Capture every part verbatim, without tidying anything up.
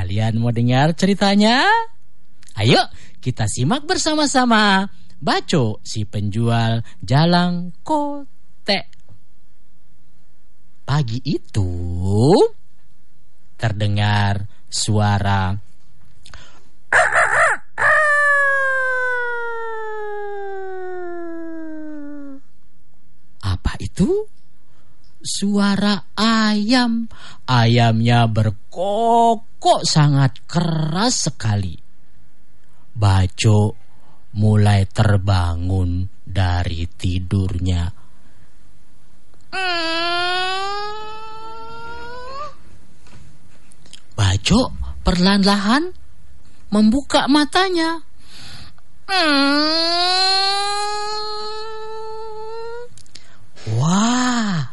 Kalian mau dengar ceritanya? Ayo kita simak bersama-sama Baco si penjual jalang kote. Pagi itu terdengar suara apa itu? Suara ayam. Ayamnya berkokok sangat keras sekali. Baco mulai terbangun dari tidurnya. Baco perlahan-lahan membuka matanya. Wah.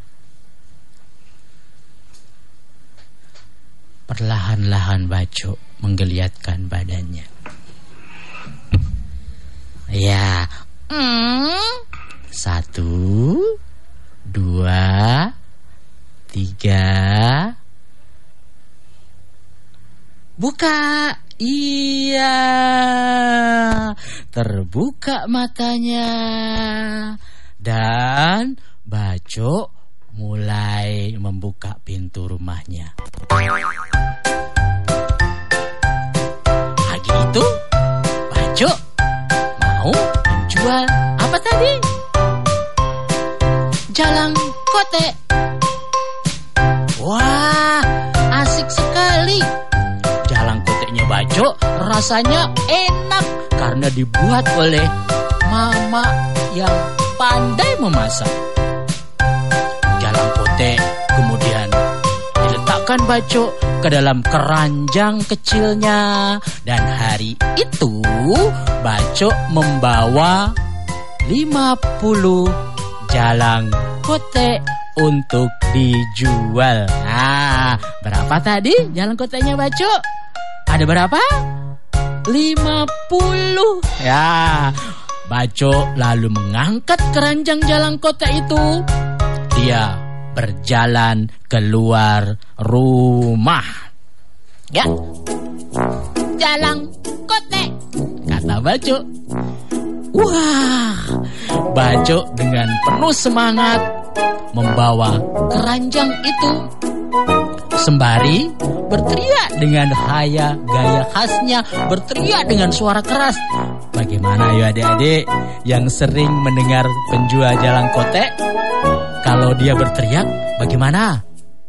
Perlahan-lahan Baco menggeliatkan badannya. Ya. Satu, dua, tiga. Buka. Iya. Terbuka matanya. Dan Baco mulai membuka pintu rumahnya. Pagi itu Baco mau menjual apa tadi? Jalang kote. Wah, asik sekali. Jalang koteknya Baco rasanya enak karena dibuat oleh mama yang pandai memasak. Jalang kote kemudian diletakkan Baco ke dalam keranjang kecilnya. Dan hari itu Baco membawa lima puluh jalang kote untuk dijual. Nah, berapa tadi jalang kotenya Baco? Ada berapa? lima puluh. Ya, Baco lalu mengangkat keranjang jalang kote itu. Dia berjalan keluar rumah. Ya, jalang kote, kata Baco. Wah, Baco dengan penuh semangat membawa keranjang itu, sembari berteriak dengan gaya gaya khasnya, berteriak dengan suara keras. Bagaimana ya adik-adik yang sering mendengar penjual jalang kote? Kalau dia berteriak, bagaimana?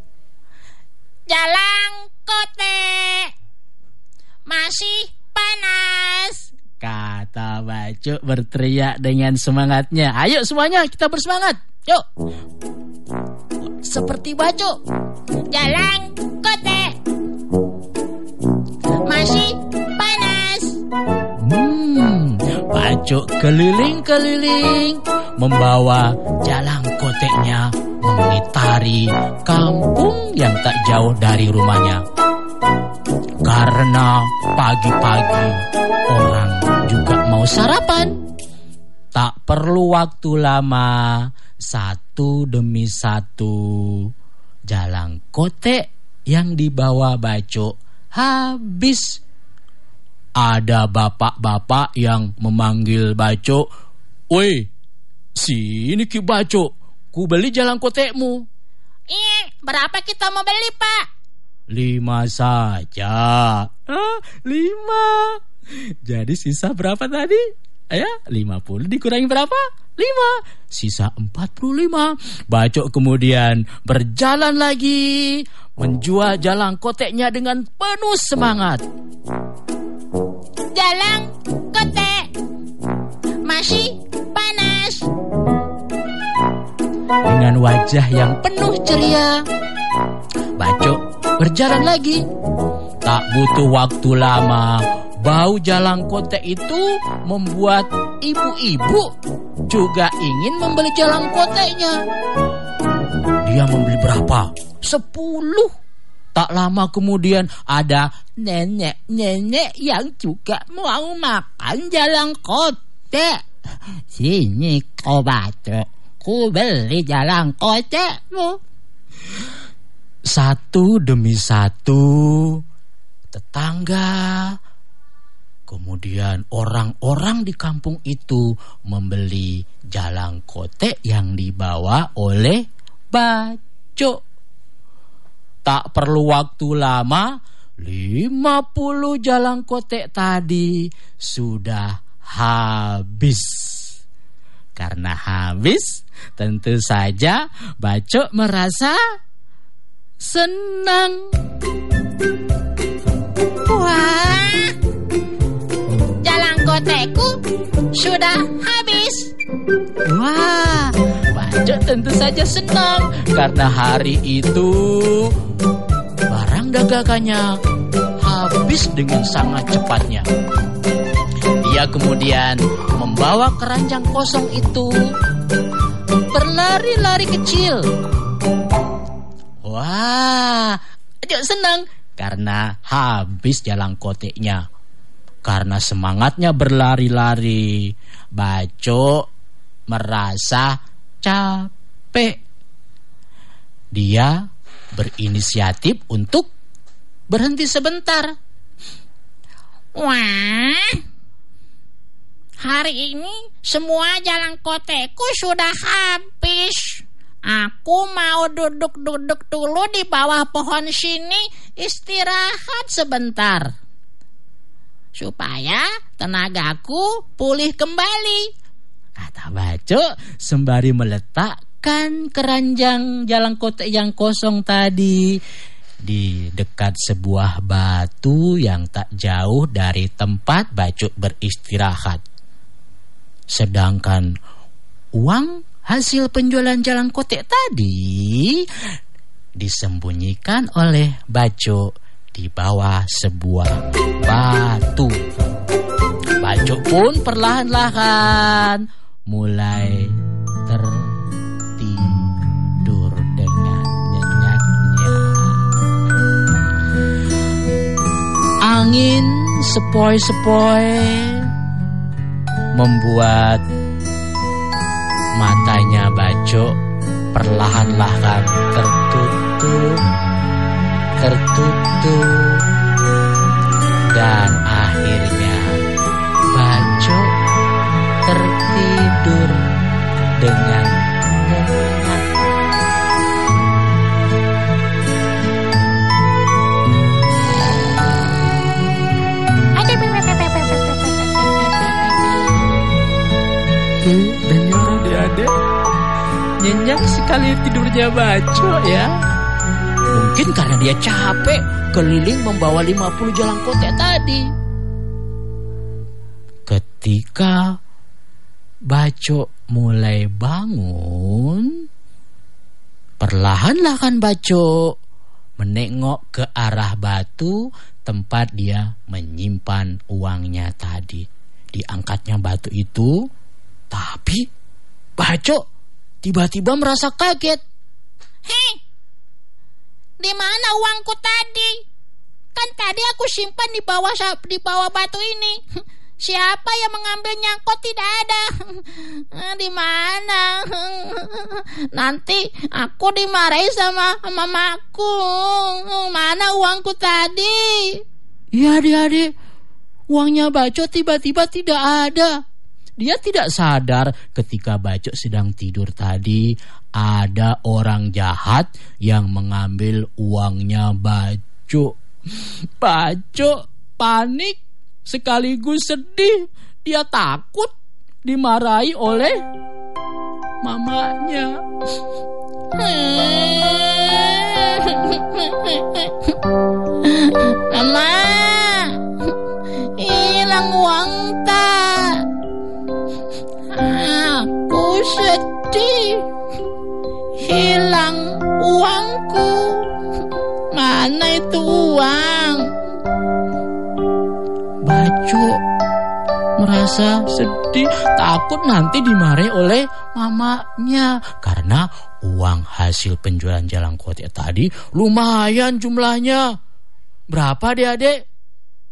Jalang kote masih panas, kata Baco berteriak dengan semangatnya. Ayo semuanya kita bersemangat. Yuk. Seperti Baco. Jalang kote masih panas. Hmm, Baco keliling-keliling membawa jalang koteknya mengitari kampung yang tak jauh dari rumahnya. Karena pagi-pagi orang juga mau sarapan. Tak perlu waktu lama, satu demi satu jalang kote yang dibawa Baco habis. Ada bapak-bapak yang memanggil Baco, "Woi, sini Ki Baco, ku beli jalang kotekmu." "Ih, berapa kita mau beli, Pak?" Lima saja. Ah, lima. Jadi sisa berapa tadi? Ya, lima puluh dikurangi berapa? Lima. Sisa empat puluh lima. Baco kemudian berjalan lagi, menjual jalang koteknya dengan penuh semangat. Jalang kote masih panas. Dengan wajah yang penuh ceria, Baco berjalan lagi. Tak butuh waktu lama, bau jalang kote itu membuat ibu-ibu juga ingin membeli jalang kotenya. Dia membeli berapa? Sepuluh. Tak lama kemudian ada nenek-nenek yang juga mau makan jalang kote. Sini kau Baco, ku beli jalang kotemu. Satu demi satu tetangga, kemudian orang-orang di kampung itu membeli jalang kote yang dibawa oleh Baco. Tak perlu waktu lama, lima puluh jalang kote tadi sudah habis. Karena habis, tentu saja Baco merasa senang. Wah, jalang koteku sudah habis. Wah, Baco tentu saja senang karena hari itu barang dagangannya habis dengan sangat cepatnya. Dia kemudian membawa keranjang kosong itu berlari-lari kecil. Wah, Baco senang karena habis jalang koteknya. Karena semangatnya berlari-lari, Baco merasa capek. Dia berinisiatif untuk berhenti sebentar. Wah, hari ini semua jalang koteku sudah habis. Aku mau duduk-duduk dulu di bawah pohon sini, istirahat sebentar supaya tenagaku pulih kembali, kata Baco sembari meletakkan keranjang jalang kote yang kosong tadi di dekat sebuah batu yang tak jauh dari tempat Baco beristirahat. Sedangkan uang hasil penjualan jalang kote tadi disembunyikan oleh Baco di bawah sebuah batu. Baco pun perlahan-lahan mulai tertidur dengan nyenyaknya. Angin sepoi-sepoi membuat matanya Baco perlahan-lahan tertutup, tertutup, dan akhirnya Baco tertidur dengan nyenyak. Tuh, dengar adik-adik, nyenyak sekali tidurnya Baco ya. Mungkin karena dia capek keliling membawa lima puluh jalang kote tadi. Ketika Baco mulai bangun, perlahan-lahan Baco menengok ke arah batu tempat dia menyimpan uangnya tadi. Diangkatnya batu itu, tapi Baco tiba-tiba merasa kaget. Hei, di mana uangku tadi? Kan tadi aku simpan di bawah di bawah batu ini. Siapa yang mengambilnya? Kok tidak ada? Di mana? Nanti aku dimarahi sama mamaku. Mana uangku tadi? Ya adik-adik, uangnya Baco tiba-tiba tidak ada. Dia tidak sadar ketika Baco sedang tidur tadi ada orang jahat yang mengambil uangnya Baco. Baco panik sekaligus sedih. Dia takut dimarahi oleh mamanya. Mama, hilang uang tak? Aku sedih. Hilang uangku. Mana itu uang? Baco merasa sedih, takut nanti dimarahi oleh mamanya karena uang hasil penjualan jalang kote tadi lumayan jumlahnya. Berapa adik-adik?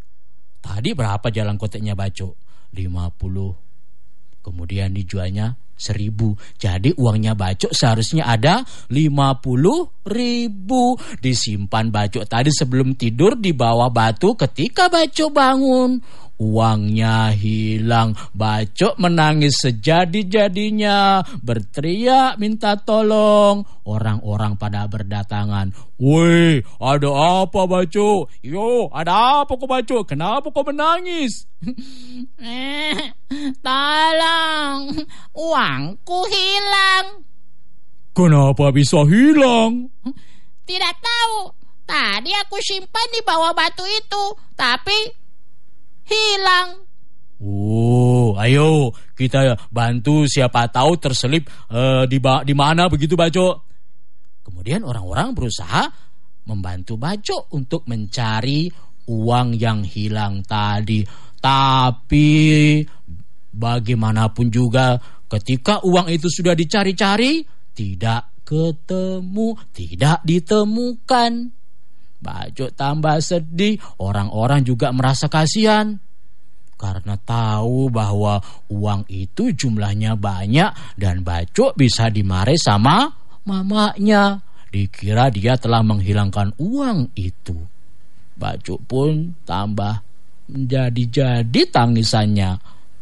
Tadi berapa jalang koteknya Baco? lima puluh. Kemudian dijualnya seribu. Jadi uangnya Bacok seharusnya ada lima puluh ribu. Disimpan Bacok tadi sebelum tidur di bawah batu. Ketika Bacok bangun, uangnya hilang. Bacok menangis sejadi-jadinya, berteriak minta tolong. Orang-orang pada berdatangan. Woi, ada apa Bacok? Yo, ada apa kok Bacok? Kenapa kau menangis? Eh, tolong, uangku hilang. Kenapa bisa hilang? Tidak tahu. Tadi aku simpan di bawah batu itu, tapi hilang. Oh, ayo kita bantu, siapa tahu terselip uh, di ba- di mana begitu Bacok. Kemudian orang-orang berusaha membantu Bacok untuk mencari uang yang hilang tadi. Tapi bagaimanapun juga ketika uang itu sudah dicari-cari, tidak ketemu, tidak ditemukan. Bacok tambah sedih, orang-orang juga merasa kasihan. Karena tahu bahwa uang itu jumlahnya banyak dan Bacok bisa dimarahi sama mamanya. Dikira dia telah menghilangkan uang itu. Bacok pun tambah menjadi-jadi tangisannya.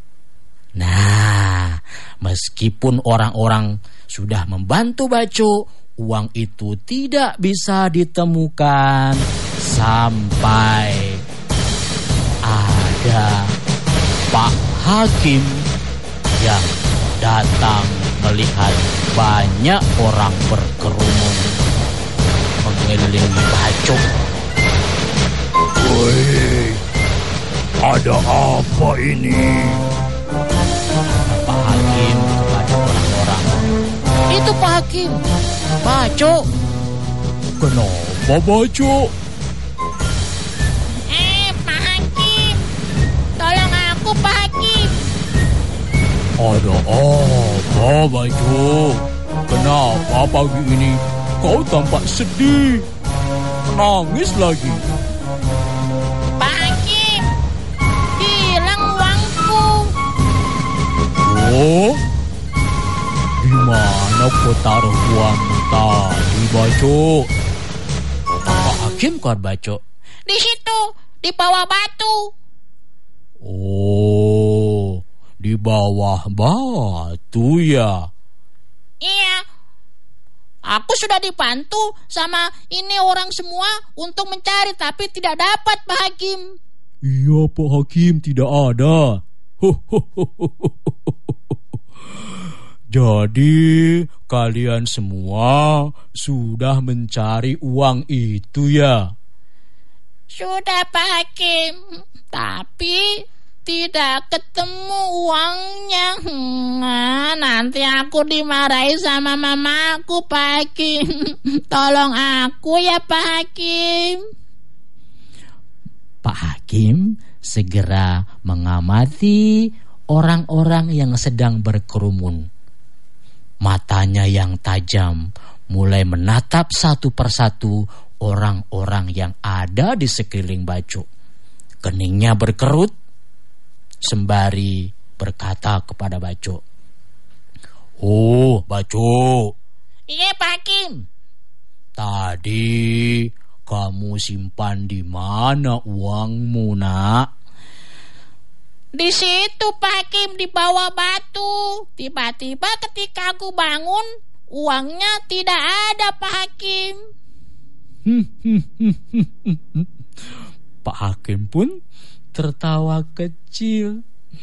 Nah, meskipun orang-orang sudah membantu Bacok, uang itu tidak bisa ditemukan sampai ada Pak Hakim yang datang melihat banyak orang berkerumun mengelilingi Bacok. Woi, ada apa ini? Pak Hakim kepada orang-orang. Itu Pak Hakim, Bacok. Kenapa Bacok? Eh, Pak Hakim, tolong aku Pak Hakim. Ada apa Bacok? Kenapa pagi ini kau tampak sedih? Menangis lagi? Pak Hakim, hilang uangku. Oh, di mana kau taruh uang tadi Bacok? Pak Hakim kau Bacok. Di situ, di bawah batu. Oh, di bawah batu ya? Iya. Aku sudah dibantu sama ini orang semua untuk mencari, tapi tidak dapat Pak Hakim. Iya Pak Hakim, tidak ada. Jadi kalian semua sudah mencari uang itu ya? Sudah Pak Hakim, tapi tidak ketemu uangnya. Nah, nanti aku dimarahi sama mamaku Pak Hakim. Tolong aku ya Pak Hakim. Pak Hakim segera mengamati orang-orang yang sedang berkerumun. Matanya yang tajam mulai menatap satu persatu orang-orang yang ada di sekeliling Bacok. Keningnya berkerut sembari berkata kepada Bacok. Oh, Bacok. Iya Pak Hakim. Tadi kamu simpan di mana uangmu, Nak? Di situ Pak Hakim, di bawah batu. Tiba-tiba ketika aku bangun, uangnya tidak ada Pak Hakim. Pak Hakim pun tertawa kecil.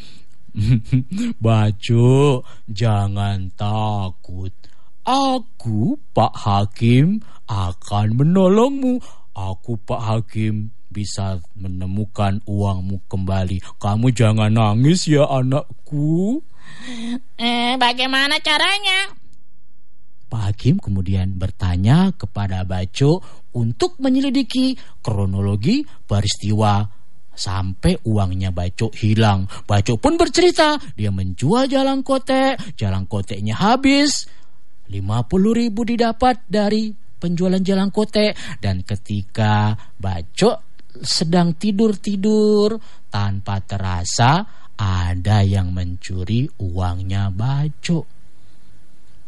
Bacok, jangan takut. Aku, Pak Hakim, akan menolongmu. Aku, Pak Hakim, bisa menemukan uangmu kembali. Kamu jangan nangis ya anakku. Eh, bagaimana caranya? Pak Hakim kemudian bertanya kepada Bacok untuk menyelidiki kronologi peristiwa sampai uangnya Bacok hilang. Bacok pun bercerita, dia menjual jalang kotek, jalang koteknya habis, lima puluh ribu didapat dari penjualan jalang kotek. Dan ketika Bacok sedang tidur-tidur, tanpa terasa ada yang mencuri uangnya Bacok.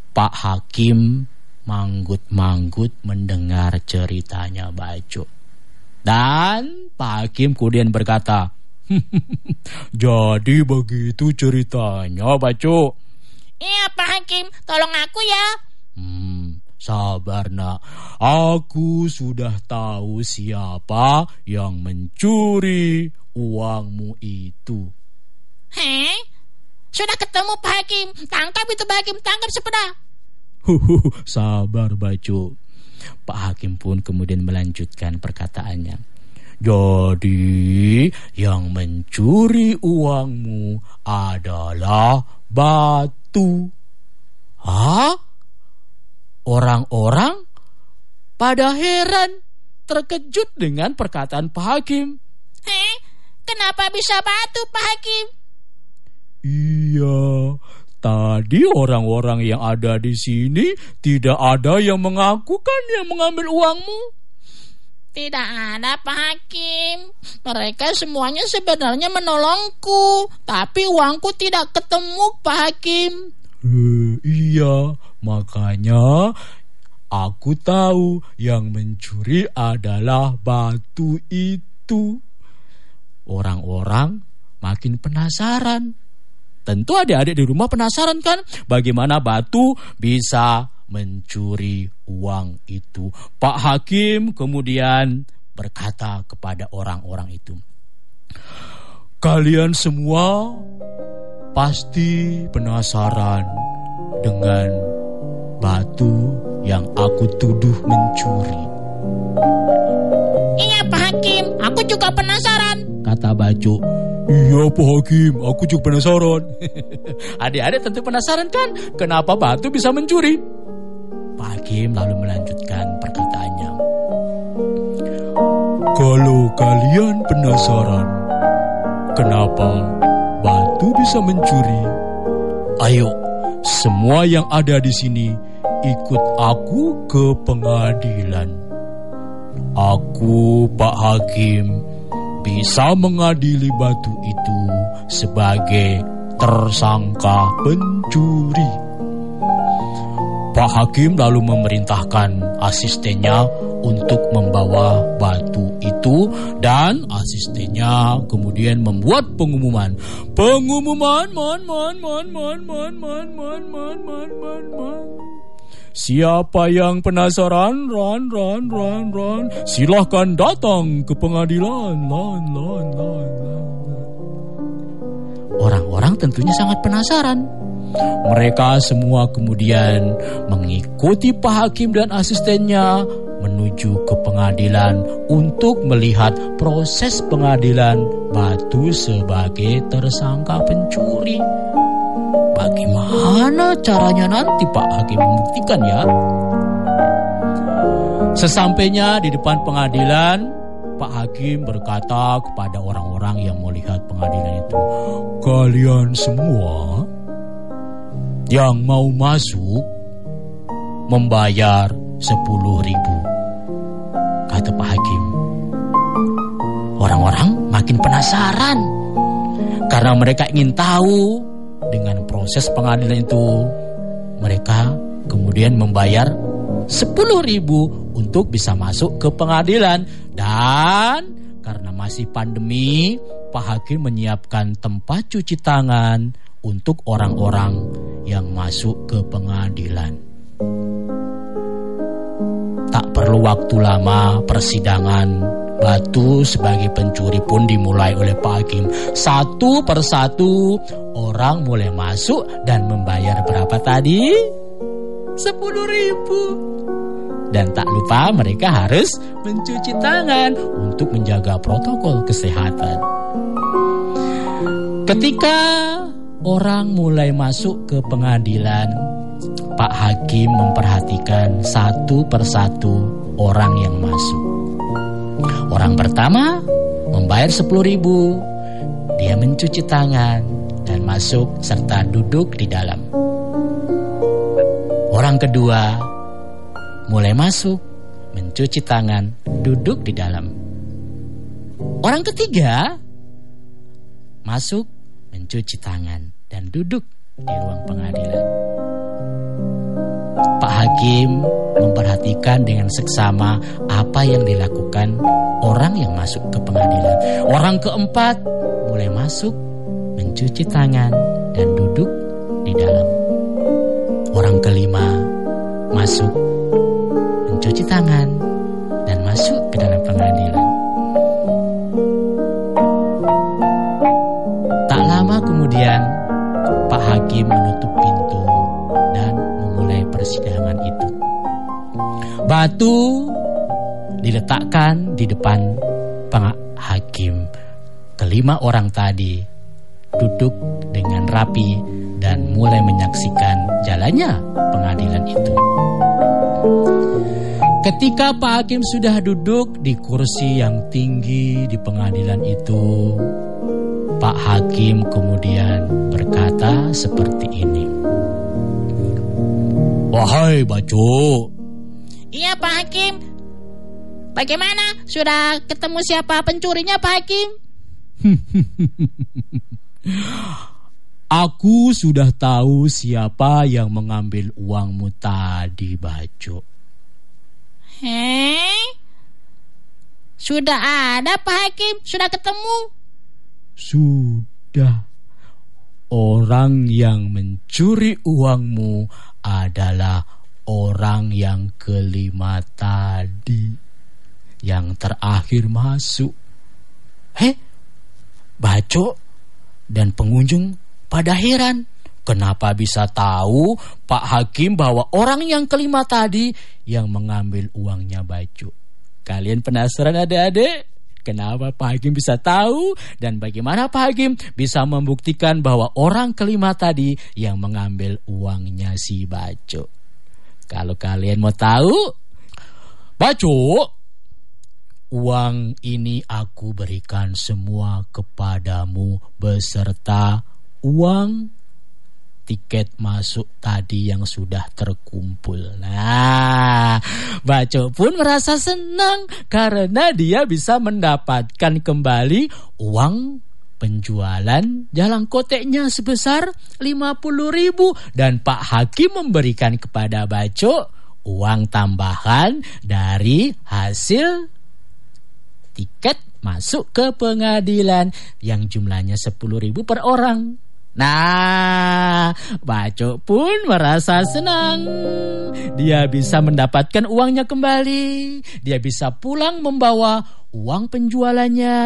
Pak Hakim manggut-manggut mendengar ceritanya Baco. Dan Pak Hakim kemudian berkata, jadi begitu ceritanya, Baco. Iya Pak Hakim, tolong aku ya. Hmm, sabar nak. Aku sudah tahu siapa yang mencuri uangmu itu. Heh? Sudah ketemu Pak Hakim. Tangkap itu Pak Hakim, tangkap sepeda. Huhu, sabar Baco. Pak Hakim pun kemudian melanjutkan perkataannya. Jadi yang mencuri uangmu adalah batu. Hah? Orang-orang pada heran, terkejut dengan perkataan Pak Hakim. Heh? Kenapa bisa batu Pak Hakim? Iya, tadi orang-orang yang ada di sini tidak ada yang mengakukan yang mengambil uangmu. Tidak ada Pak Hakim. Mereka semuanya sebenarnya menolongku, tapi uangku tidak ketemu Pak Hakim. Uh, iya, makanya aku tahu yang mencuri adalah batu itu. Orang-orang makin penasaran. Tentu adik-adik di rumah penasaran kan, bagaimana batu bisa mencuri uang itu. Pak Hakim kemudian berkata kepada orang-orang itu, kalian semua pasti penasaran dengan batu yang aku tuduh mencuri. Iya Pak Hakim, aku juga penasaran, kata Baco. Iya Pak Hakim, aku juga penasaran. Adik-adik tentu penasaran kan, kenapa batu bisa mencuri? Pak Hakim lalu melanjutkan perkataannya. Kalau kalian penasaran kenapa batu bisa mencuri, ayo semua yang ada di sini ikut aku ke pengadilan. Aku Pak Hakim bisa mengadili batu itu sebagai tersangka pencuri. Pak Hakim lalu memerintahkan asistennya untuk membawa batu itu, dan asistennya kemudian membuat pengumuman. Pengumuman, man, man, man, man, man, man, man, man, man, man, man. Siapa yang penasaran, ran, ran, ran, ran, silahkan datang ke pengadilan. Lan, lan, lan, lan. Orang-orang tentunya sangat penasaran. Mereka semua kemudian mengikuti Pak Hakim dan asistennya menuju ke pengadilan untuk melihat proses pengadilan batu sebagai tersangka pencuri. Bagaimana caranya nanti Pak Hakim membuktikan ya? Sesampainya di depan pengadilan, Pak Hakim berkata kepada orang-orang yang melihat pengadilan itu, kalian semua yang mau masuk membayar sepuluh ribu, kata Pak Hakim. Orang-orang makin penasaran karena mereka ingin tahu dengan proses pengadilan itu. Mereka kemudian membayar sepuluh ribu untuk bisa masuk ke pengadilan. Dan karena masih pandemi, Pak Hakim menyiapkan tempat cuci tangan untuk orang-orang yang masuk ke pengadilan. Tak perlu waktu lama, persidangan batu sebagai pencuri pun dimulai oleh Pak Hakim. Satu persatu orang mulai masuk dan membayar berapa tadi? Sepuluh ribu. Dan tak lupa mereka harus mencuci tangan untuk menjaga protokol kesehatan. Ketika orang mulai masuk ke pengadilan, Pak Hakim memperhatikan satu persatu orang yang masuk. Orang pertama membayar sepuluh ribu. Dia mencuci tangan dan masuk serta duduk di dalam. Orang kedua mulai masuk, mencuci tangan, duduk di dalam. Orang ketiga masuk, mencuci tangan dan duduk di ruang pengadilan. Hakim memperhatikan dengan seksama apa yang dilakukan orang yang masuk ke pengadilan. Orang keempat mulai masuk, mencuci tangan dan duduk di dalam. Orang kelima masuk, mencuci tangan dan masuk ke dalam pengadilan. Tak lama kemudian Pak Hakim menutup pintu dan memulai persidangan itu. Batu diletakkan di depan Pak Hakim. Kelima orang tadi duduk dengan rapi dan mulai menyaksikan jalannya pengadilan itu. Ketika Pak Hakim sudah duduk di kursi yang tinggi di pengadilan itu, Pak Hakim kemudian berkata seperti ini. Wahai Baco. Iya Pak Hakim. Bagaimana? Sudah ketemu siapa pencurinya Pak Hakim? Aku sudah tahu siapa yang mengambil uangmu tadi, Baco. Heh? Sudah ada Pak Hakim? Sudah ketemu? Sudah. Orang yang mencuri uangmu adalah orang yang kelima tadi, yang terakhir masuk. Heh? Baco dan pengunjung pada heran. Kenapa bisa tahu Pak Hakim bahwa orang yang kelima tadi yang mengambil uangnya Baco? Kalian penasaran adik-adik? Kenapa Pak Hakim bisa tahu? Dan bagaimana Pak Hakim bisa membuktikan bahwa orang kelima tadi yang mengambil uangnya si Baco? Kalau kalian mau tahu, Baco, uang ini aku berikan semua kepadamu beserta uang tiket masuk tadi yang sudah terkumpul. Nah, Baco pun merasa senang karena dia bisa mendapatkan kembali uang penjualan jalang koteknya sebesar lima puluh ribu. Dan Pak Hakim memberikan kepada Baco uang tambahan dari hasil tiket masuk ke pengadilan yang jumlahnya sepuluh ribu per orang. Nah, Baco pun merasa senang. Dia bisa mendapatkan uangnya kembali. Dia bisa pulang membawa uang penjualannya.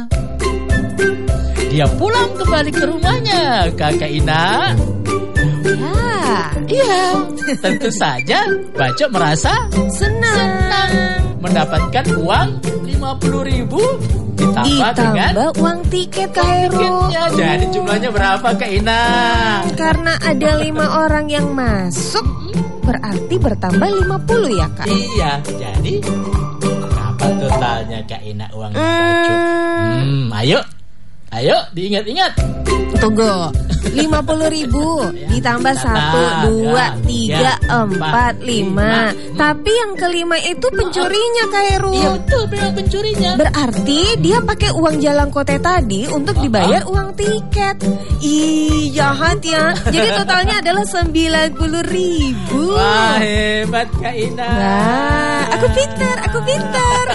Dia pulang kembali ke rumahnya, Kakak Ina. Ya, iya, tentu saja Baco merasa senang, senang mendapatkan uang lima puluh ribu ditambah, ditambah dengan uang tiket Kak Heru. tiketnya. Jadi jumlahnya berapa Kak Ina? Karena ada lima orang yang masuk, berarti bertambah lima puluh ya Kak? Iya, jadi berapa totalnya Kak Ina uangnya Baco? Hmm, ayo, ayo diingat-ingat. Tunggu, lima puluh ribu ditambah satu, dua, tiga, empat, lima. Tapi yang kelima itu pencurinya Kak Heru. Iya betul, memang pencurinya. Berarti dia pakai uang jalang kote tadi untuk dibayar uang tiket. Ih, jahat ya. Jadi totalnya adalah sembilan puluh ribu. Wah, hebat Kak Ina. Wah, aku pintar, aku pintar.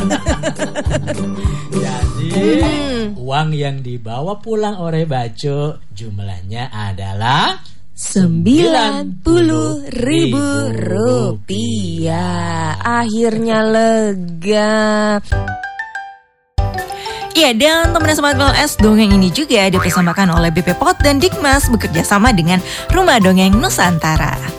Jadi Hmm. uang yang dibawa pulang oleh Baco jumlahnya adalah Sembilan puluh ribu rupiah. Akhirnya lega. Ya, dan teman Sobat P L S, dongeng ini juga dipersembahkan oleh B P P O T dan Dikmas bekerja sama dengan Rumah Dongeng Nusantara.